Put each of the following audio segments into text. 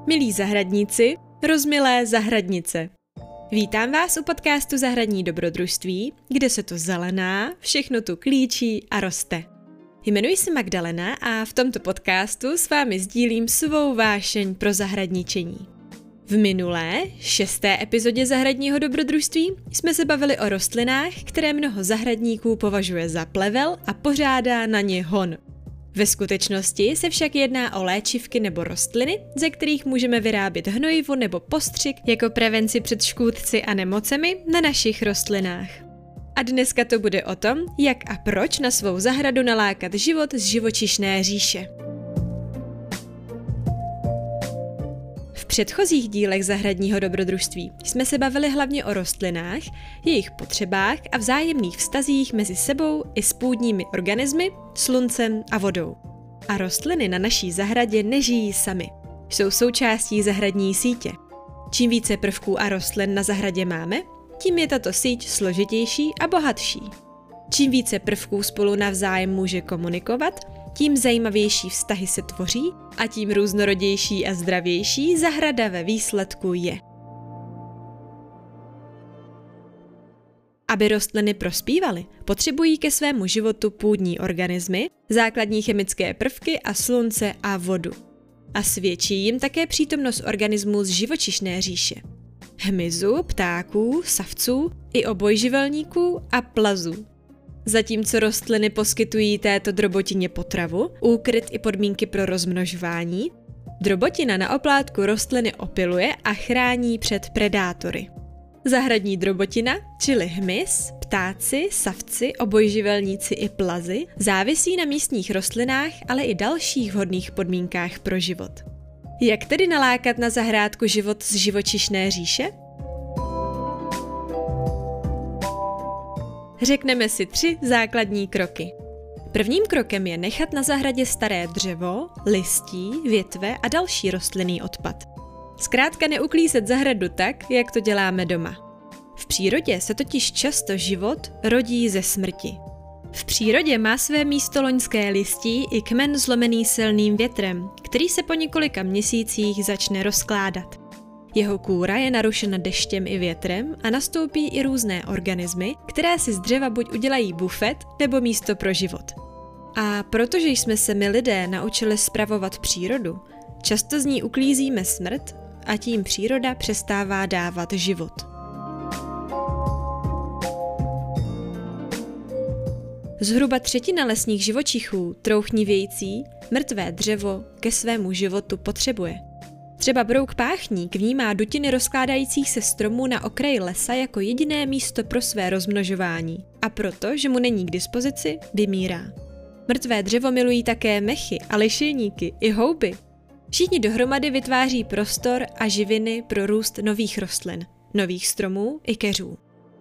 Milí zahradníci, rozmilé zahradnice. Vítám vás u podcastu Zahradní dobrodružství, kde se to zelená, všechno tu klíčí a roste. Jmenuji se Magdalena a v tomto podcastu s vámi sdílím svou vášeň pro zahradničení. V minulé, 6. epizodě Zahradního dobrodružství jsme se bavili o rostlinách, které mnoho zahradníků považuje za plevel a pořádá na ně hon. Ve skutečnosti se však jedná o léčivky nebo rostliny, ze kterých můžeme vyrábět hnojivo nebo postřik jako prevenci před škůdci a nemocemi na našich rostlinách. A dneska to bude o tom, jak a proč na svou zahradu nalákat život z živočišné říše. V předchozích dílech Zahradního dobrodružství jsme se bavili hlavně o rostlinách, jejich potřebách a vzájemných vztazích mezi sebou i s půdními organismy, sluncem a vodou. A rostliny na naší zahradě nežijí samy. Jsou součástí zahradní sítě. Čím více prvků a rostlin na zahradě máme, tím je tato síť složitější a bohatší. Čím více prvků spolu navzájem může komunikovat, tím zajímavější vztahy se tvoří a tím různorodější a zdravější zahrada ve výsledku je. Aby rostliny prospívaly, potřebují ke svému životu půdní organismy, základní chemické prvky a slunce a vodu. A svědčí jim také přítomnost organismů z živočišné říše. Hmyzu, ptáků, savců i obojživelníků a plazů. Zatímco rostliny poskytují této drobotině potravu, úkryt i podmínky pro rozmnožování, drobotina na oplátku rostliny opyluje a chrání před predátory. Zahradní drobotina, čili hmyz, ptáci, savci, obojživelníci i plazy, závisí na místních rostlinách, ale i dalších vhodných podmínkách pro život. Jak tedy nalákat na zahrádku život z živočišné říše? Řekneme si 3 základní kroky. Prvním krokem je nechat na zahradě staré dřevo, listí, větve a další rostlinný odpad. Zkrátka neuklízet zahradu tak, jak to děláme doma. V přírodě se totiž často život rodí ze smrti. V přírodě má své místo loňské listí i kmen zlomený silným větrem, který se po několika měsících začne rozkládat. Jeho kůra je narušena deštěm i větrem a nastoupí i různé organismy, které si z dřeva buď udělají bufet nebo místo pro život. A protože jsme se my lidé naučili spravovat přírodu, často z ní uklízíme smrt a tím příroda přestává dávat život. Zhruba 1/3 lesních živočichů, trouchnivějící, mrtvé dřevo ke svému životu potřebuje. Třeba brouk páchník vnímá dutiny rozkládajících se stromů na okraji lesa jako jediné místo pro své rozmnožování a proto, že mu není k dispozici, vymírá. Mrtvé dřevo milují také mechy a lišejníky i houby. Všichni dohromady vytváří prostor a živiny pro růst nových rostlin, nových stromů i keřů.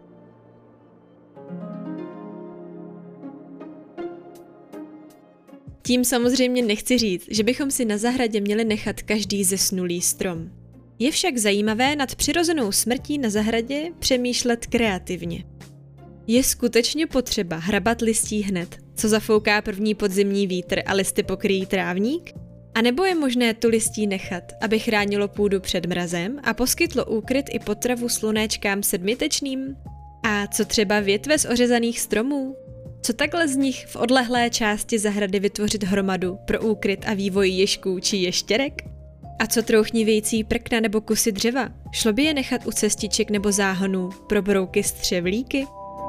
Tím samozřejmě nechci říct, že bychom si na zahradě měli nechat každý zesnulý strom. Je však zajímavé nad přirozenou smrtí na zahradě přemýšlet kreativně. Je skutečně potřeba hrabat listí hned, co zafouká první podzimní vítr a listy pokryjí trávník? A nebo je možné tu listí nechat, aby chránilo půdu před mrazem a poskytlo úkryt i potravu slunéčkám sedmitečným? A co třeba větve z ořezaných stromů? Co takhle z nich v odlehlé části zahrady vytvořit hromadu pro úkryt a vývoj ježků či ještěrek? A co trouchnivějící prkna nebo kusy dřeva? Šlo by je nechat u cestiček nebo záhonů pro brouky střevlíky?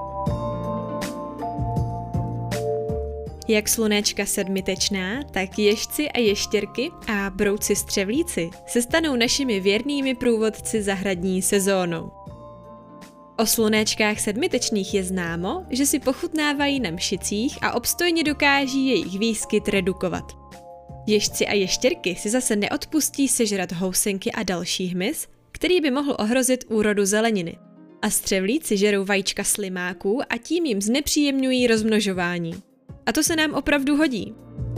Jak slunéčka sedmitečná, tak ježci a ještěrky a brouci střevlíci se stanou našimi věrnými průvodci zahradní sezónou. O slunéčkách sedmitečných je známo, že si pochutnávají na mšicích a obstojně dokáží jejich výskyt redukovat. Ježci a ještěrky si zase neodpustí sežrat housenky a další hmyz, který by mohl ohrozit úrodu zeleniny. A střevlíci žerou vajíčka slimáků a tím jim znepříjemňují rozmnožování. A to se nám opravdu hodí.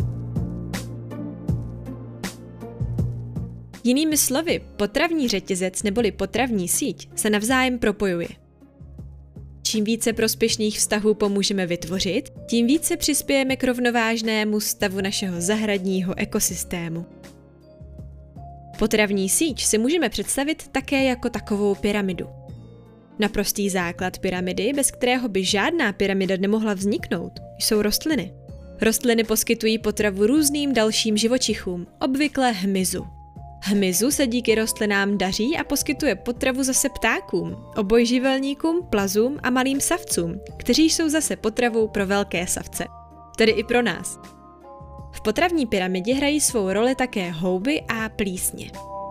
Jinými slovy, potravní řetězec neboli potravní síť se navzájem propojuje. Čím více prospěšných vztahů pomůžeme vytvořit, tím více přispějeme k rovnovážnému stavu našeho zahradního ekosystému. Potravní síť si můžeme představit také jako takovou pyramidu. Naprostý základ pyramidy, bez kterého by žádná pyramida nemohla vzniknout, jsou rostliny. Rostliny poskytují potravu různým dalším živočichům, obvykle hmyzu. Hmyzu se díky rostlinám daří a poskytuje potravu zase ptákům, obojživelníkům, plazům a malým savcům, kteří jsou zase potravou pro velké savce, tedy i pro nás. V potravní pyramidě hrají svou roli také houby a plísně.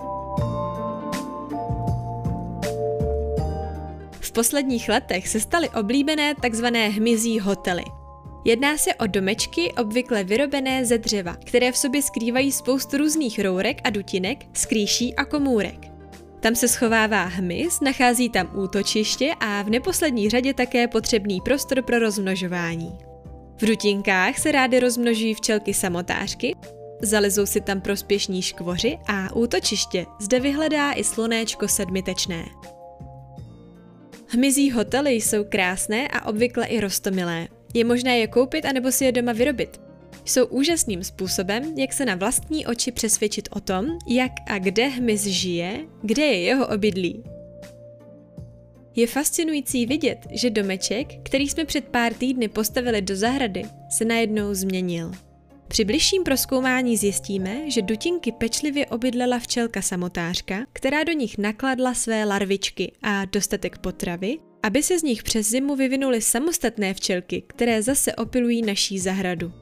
V posledních letech se staly oblíbené tzv. Hmyzí hotely. Jedná se o domečky obvykle vyrobené ze dřeva, které v sobě skrývají spoustu různých rourek a dutinek, skrýší a komůrek. Tam se schovává hmyz, nachází tam útočiště a v neposlední řadě také potřebný prostor pro rozmnožování. V dutinkách se rády rozmnožují včelky samotářky, zalezou si tam prospěšní škvoři a útočiště zde vyhledá i slunéčko sedmitečné. Hmyzí hotely jsou krásné a obvykle i roztomilé. Je možné je koupit anebo si je doma vyrobit. Jsou úžasným způsobem, jak se na vlastní oči přesvědčit o tom, jak a kde hmyz žije, kde je jeho obydlí. Je fascinující vidět, že domeček, který jsme před pár týdny postavili do zahrady, se najednou změnil. Při bližším prozkoumání zjistíme, že dutinky pečlivě obydlela včelka samotářka, která do nich nakladla své larvičky a dostatek potravy, aby se z nich přes zimu vyvinuly samostatné včelky, které zase opilují naší zahradu.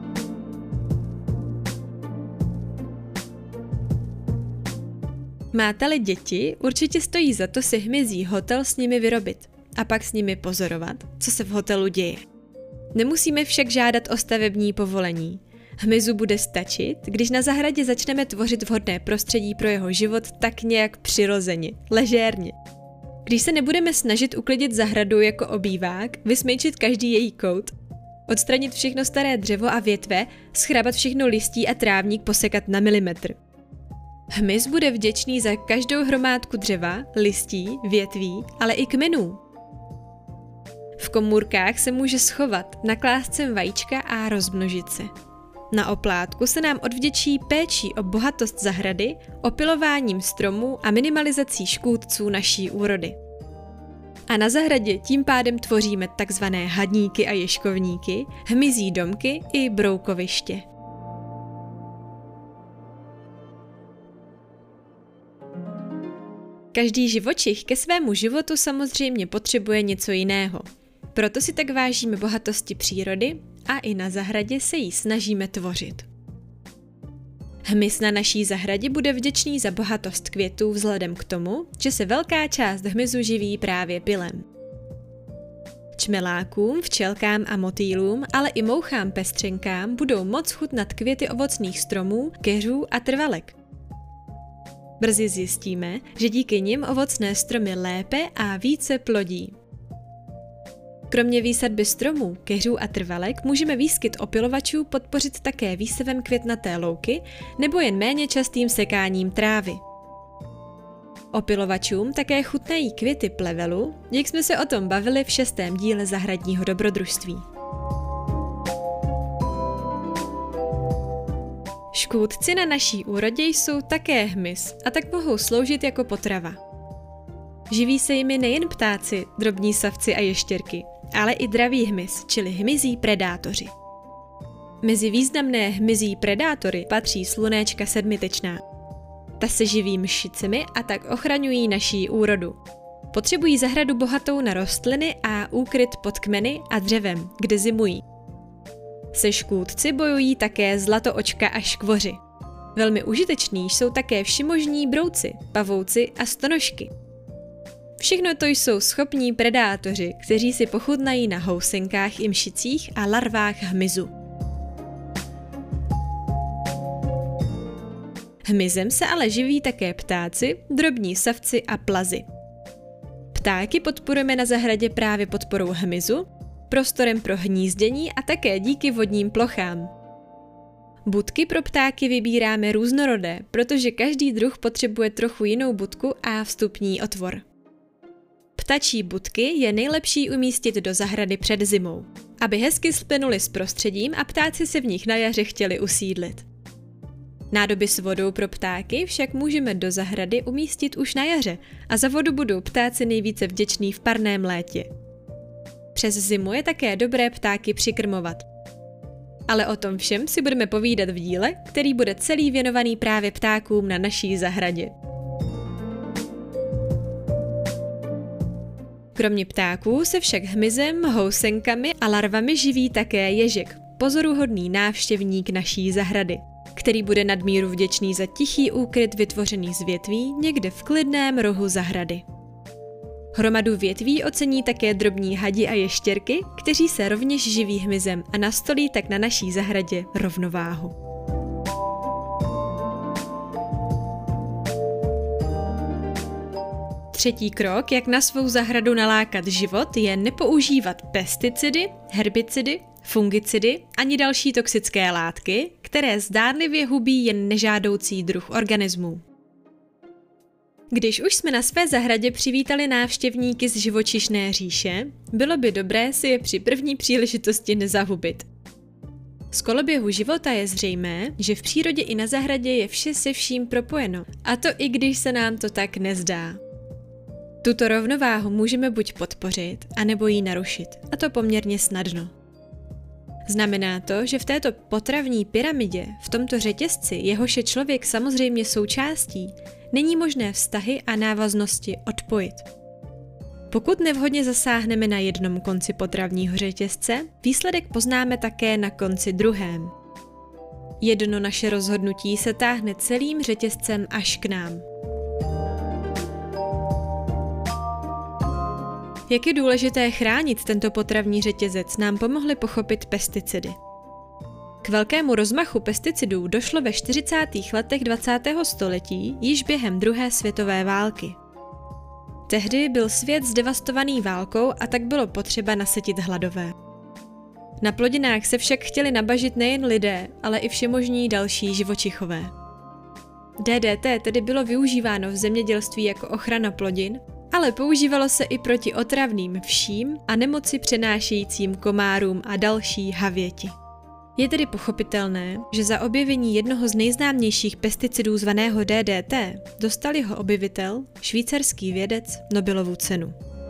Máte-li děti, určitě stojí za to si hmyzí hotel s nimi vyrobit a pak s nimi pozorovat, co se v hotelu děje. Nemusíme však žádat o stavební povolení. Hmyzu bude stačit, když na zahradě začneme tvořit vhodné prostředí pro jeho život tak nějak přirozeně, ležérně. Když se nebudeme snažit uklidit zahradu jako obývák, vysmejčit každý její kout, odstranit všechno staré dřevo a větve, schrabat všechno listí a trávník posekat na milimetr. Hmyz bude vděčný za každou hromádku dřeva, listí, větví, ale i kmenů. V komůrkách se může schovat, naklást sem vajíčka a rozmnožit se. Na oplátku se nám odvděčí péčí o bohatost zahrady, opilováním stromů a minimalizací škůdců naší úrody. A na zahradě tím pádem tvoříme takzvané hadníky a ješkovníky, hmyzí domky i broukoviště. Každý živočich ke svému životu samozřejmě potřebuje něco jiného. Proto si tak vážíme bohatosti přírody a i na zahradě se jí snažíme tvořit. Hmyz na naší zahradě bude vděčný za bohatost květů vzhledem k tomu, že se velká část hmyzu živí právě pylem. Čmelákům, včelkám a motýlům, ale i mouchám pestřenkám budou moc chutnat květy ovocných stromů, keřů a trvalek. Brzy zjistíme, že díky nim ovocné stromy lépe a více plodí. Kromě výsadby stromů, keřů a trvalek můžeme výskyt opilovačů podpořit také výsevem květnaté louky nebo jen méně častým sekáním trávy. Opilovačům také chutnají květy plevelu, jak jsme se o tom bavili v 6. díle zahradního dobrodružství. Škůdci na naší úrodě jsou také hmyz a tak mohou sloužit jako potrava. Živí se jimi nejen ptáci, drobní savci a ještěrky, ale i dravý hmyz, čili hmyzí predátoři. Mezi významné hmyzí predátory patří slunéčka sedmitečná. Ta se živí mšicemi a tak ochraňují naší úrodu. Potřebují zahradu bohatou na rostliny a úkryt pod kmeny a dřevem, kde zimují. Se škůdci bojují také zlatoočka a škvoři. Velmi užiteční jsou také všimožní brouci, pavouci a stonožky. Všechno to jsou schopní predátoři, kteří si pochutnají na housenkách i mšicích a larvách hmyzu. Hmyzem se ale živí také ptáci, drobní savci a plazy. Ptáky podporujeme na zahradě právě podporou hmyzu, prostorem pro hnízdění a také díky vodním plochám. Budky pro ptáky vybíráme různorodé, protože každý druh potřebuje trochu jinou budku a vstupní otvor. Ptačí budky je nejlepší umístit do zahrady před zimou, aby hezky splynuly s prostředím a ptáci se v nich na jaře chtěli usídlit. Nádoby s vodou pro ptáky však můžeme do zahrady umístit už na jaře a za vodu budou ptáci nejvíce vděční v parném létě. Přes zimu je také dobré ptáky přikrmovat. Ale o tom všem si budeme povídat v díle, který bude celý věnovaný právě ptákům na naší zahradě. Kromě ptáků se však hmyzem, housenkami a larvami živí také ježek, pozoruhodný návštěvník naší zahrady, který bude nadmíru vděčný za tichý úkryt vytvořený z větví někde v klidném rohu zahrady. Hromadu větví ocení také drobní hadi a ještěrky, kteří se rovněž živí hmyzem a nastolí tak na naší zahradě rovnováhu. Třetí krok, jak na svou zahradu nalákat život, je nepoužívat pesticidy, herbicidy, fungicidy ani další toxické látky, které zdánlivě hubí jen nežádoucí druh organismů. Když už jsme na své zahradě přivítali návštěvníky z živočišné říše, bylo by dobré si je při první příležitosti nezahubit. Z koloběhu života je zřejmé, že v přírodě i na zahradě je vše se vším propojeno, a to i když se nám to tak nezdá. Tuto rovnováhu můžeme buď podpořit, anebo ji narušit, a to poměrně snadno. Znamená to, že v této potravní pyramidě, v tomto řetězci, jehož je člověk samozřejmě součástí, není možné vztahy a návaznosti odpojit. Pokud nevhodně zasáhneme na jednom konci potravního řetězce, výsledek poznáme také na konci druhém. Jedno naše rozhodnutí se táhne celým řetězcem až k nám. Jak je důležité chránit tento potravní řetězec, nám pomohly pochopit pesticidy. K velkému rozmachu pesticidů došlo ve 40. letech 20. století již během druhé světové války. Tehdy byl svět zdevastovaný válkou a tak bylo potřeba nasytit hladové. Na plodinách se však chtěli nabažit nejen lidé, ale i všemožní další živočichové. DDT tedy bylo využíváno v zemědělství jako ochrana plodin, ale používalo se i proti otravným vším a nemoci přenášejícím komárům a další havěti. Je tedy pochopitelné, že za objevení jednoho z nejznámějších pesticidů zvaného DDT dostal jeho objevitel, švýcarský vědec, Nobelovu cenu.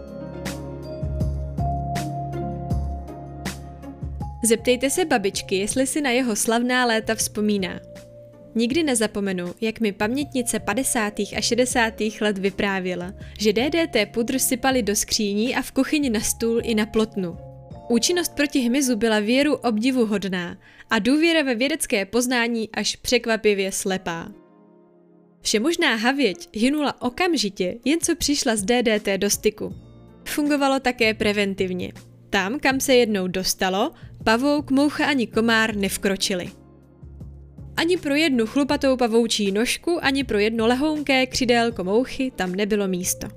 Zeptejte se babičky, jestli si na jeho slavná léta vzpomíná. Nikdy nezapomenu, jak mi pamětnice 50. a 60. let vyprávěla, že DDT pudr sypali do skříní a v kuchyni na stůl i na plotnu. Účinnost proti hmyzu byla věru obdivuhodná a důvěra ve vědecké poznání až překvapivě slepá. Všemožná havěť hynula okamžitě, jen co přišla z DDT do styku. Fungovalo také preventivně. Tam, kam se jednou dostalo, pavouk, moucha ani komár nevkročili. Ani pro jednu chlupatou pavoučí nožku, ani pro jedno lehounké křidélko mouchy tam nebylo místo.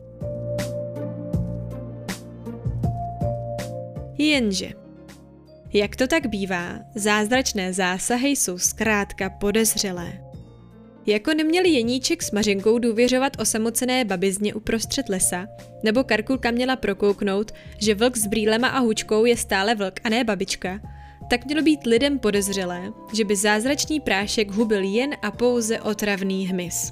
Jenže, jak to tak bývá, zázračné zásahy jsou zkrátka podezřelé. Jako neměli Jeníček s Mařenkou důvěřovat osamocené babizně uprostřed lesa, nebo Karkulka měla prokouknout, že vlk s brýlema a hučkou je stále vlk a ne babička, tak mělo být lidem podezřelé, že by zázračný prášek hubil jen a pouze otravný hmyz.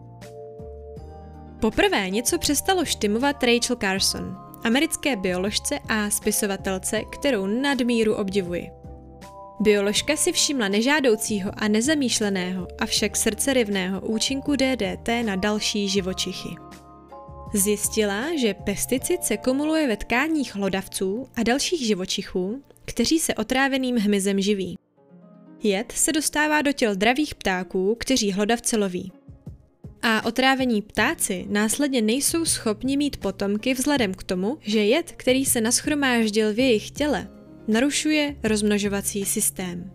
Poprvé něco přestalo štimovat Rachel Carson, americké bioložce a spisovatelce, kterou nadmíru obdivuji. Bioložka si všimla nežádoucího a nezamýšleného, avšak srdcerivného účinku DDT na další živočichy. Zjistila, že pesticid se kumuluje ve tkáních hlodavců a dalších živočichů, kteří se otráveným hmyzem živí. Jed se dostává do těl dravých ptáků, kteří hlodavce loví. A otrávení ptáci následně nejsou schopni mít potomky vzhledem k tomu, že jed, který se nashromáždil v jejich těle, narušuje rozmnožovací systém.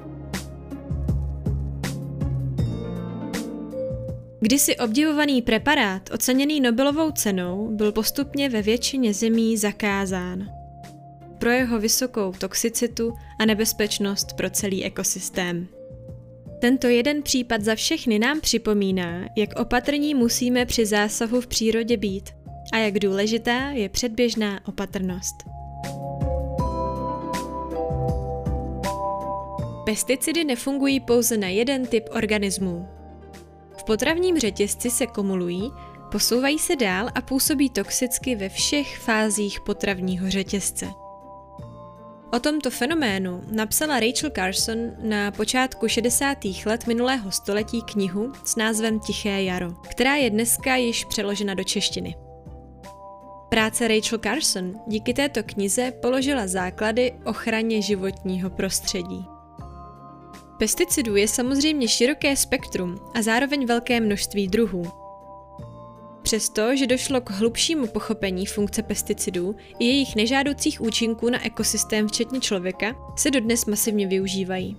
Kdysi obdivovaný preparát, oceněný Nobelovou cenou, byl postupně ve většině zemí zakázán. Pro jeho vysokou toxicitu a nebezpečnost pro celý ekosystém. Tento jeden případ za všechny nám připomíná, jak opatrní musíme při zásahu v přírodě být a jak důležitá je předběžná opatrnost. Pesticidy nefungují pouze na jeden typ organismů. V potravním řetězci se kumulují, posouvají se dál a působí toxicky ve všech fázích potravního řetězce. O tomto fenoménu napsala Rachel Carson na počátku 60. let minulého století knihu s názvem Tiché jaro, která je dneska již přeložena do češtiny. Práce Rachel Carson díky této knize položila základy ochraně životního prostředí. Pesticidů je samozřejmě široké spektrum a zároveň velké množství druhů. Přesto, že došlo k hlubšímu pochopení funkce pesticidů i jejich nežádoucích účinků na ekosystém včetně člověka, se dodnes masivně využívají.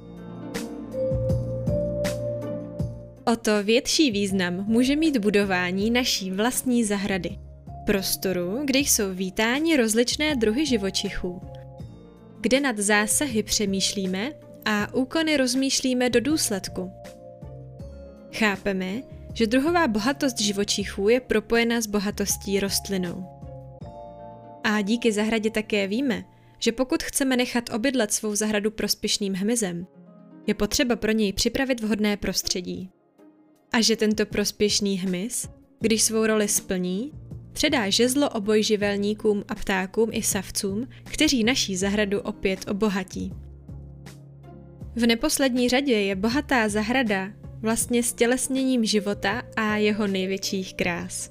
O to větší význam může mít budování naší vlastní zahrady. Prostoru, kde jsou vítáni rozličné druhy živočichů. Kde nad zásahy přemýšlíme a úkony rozmýšlíme do důsledku. Chápeme, že druhová bohatost živočichů je propojena s bohatostí rostlinou. A díky zahradě také víme, že pokud chceme nechat obydlet svou zahradu prospěšným hmyzem, je potřeba pro něj připravit vhodné prostředí. A že tento prospěšný hmyz, když svou roli splní, předá žezlo obojživelníkům a ptákům i savcům, kteří naší zahradu opět obohatí. V neposlední řadě je bohatá zahrada vlastně stělesněním života a jeho největších krás.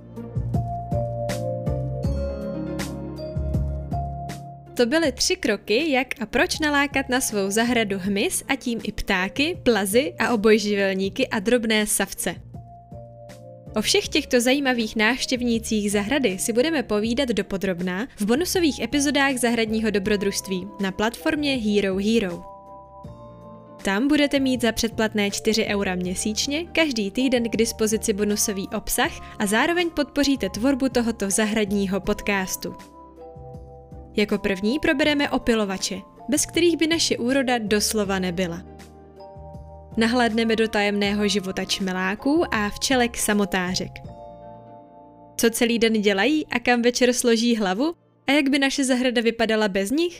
To byly 3 kroky, jak a proč nalákat na svou zahradu hmyz a tím i ptáky, plazy a obojživelníky a drobné savce. O všech těchto zajímavých návštěvnících zahrady si budeme povídat dopodrobná v bonusových epizodách Zahradního dobrodružství na platformě Hero Hero. Tam budete mít za předplatné 4 € měsíčně každý týden k dispozici bonusový obsah a zároveň podpoříte tvorbu tohoto zahradního podcastu. Jako první probereme opylovače, bez kterých by naše úroda doslova nebyla. Nahlédneme do tajemného života čmeláků a včelek samotářek. Co celý den dělají a kam večer složí hlavu a jak by naše zahrada vypadala bez nich?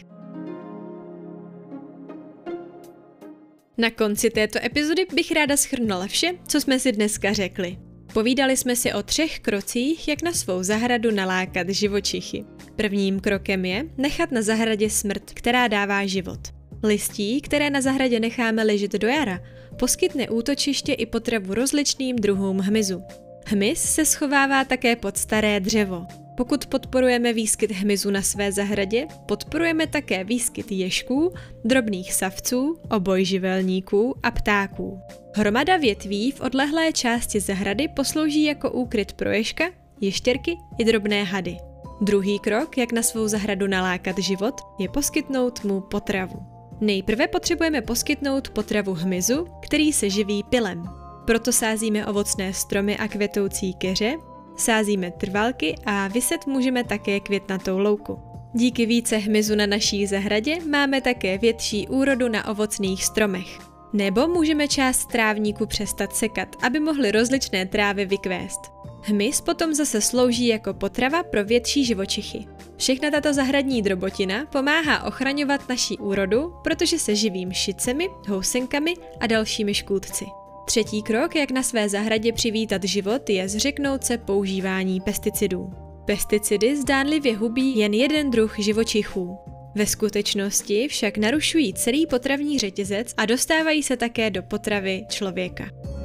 Na konci této epizody bych ráda shrnula vše, co jsme si dneska řekli. Povídali jsme si o 3 krocích, jak na svou zahradu nalákat živočichy. Prvním krokem je nechat na zahradě smrt, která dává život. Listí, které na zahradě necháme ležet do jara, poskytne útočiště i potravu rozličným druhům hmyzu. Hmyz se schovává také pod staré dřevo. Pokud podporujeme výskyt hmyzu na své zahradě, podporujeme také výskyt ježků, drobných savců, obojživelníků a ptáků. Hromada větví v odlehlé části zahrady poslouží jako úkryt pro ježka, ještěrky i drobné hady. Druhý krok, jak na svou zahradu nalákat život, je poskytnout mu potravu. Nejprve potřebujeme poskytnout potravu hmyzu, který se živí pylem. Proto sázíme ovocné stromy a květoucí keře, sázíme trvalky a vyset můžeme také květnatou louku. Díky více hmyzu na naší zahradě máme také větší úrodu na ovocných stromech. Nebo můžeme část trávníku přestat sekat, aby mohly rozličné trávy vykvést. Hmyz potom zase slouží jako potrava pro větší živočichy. Všechna tato zahradní drobotina pomáhá ochraňovat naší úrodu, protože se živí mšicemi, housenkami a dalšími škůdci. Třetí krok, jak na své zahradě přivítat život, je zřeknout se používání pesticidů. Pesticidy zdánlivě hubí jen jeden druh živočichů. Ve skutečnosti však narušují celý potravní řetězec a dostávají se také do potravy člověka.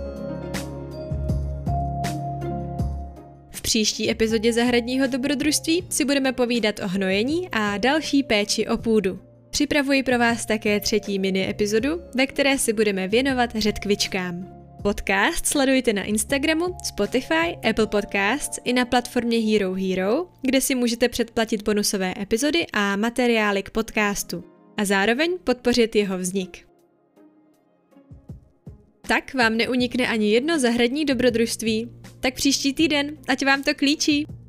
V příští epizodě Zahradního dobrodružství si budeme povídat o hnojení a další péči o půdu. Připravuji pro vás také 3. mini epizodu, ve které si budeme věnovat řetkvičkám. Podcast sledujte na Instagramu, Spotify, Apple Podcasts i na platformě Hero Hero, kde si můžete předplatit bonusové epizody a materiály k podcastu a zároveň podpořit jeho vznik. Tak vám neunikne ani jedno zahradní dobrodružství. Tak příští týden, ať vám to klíčí!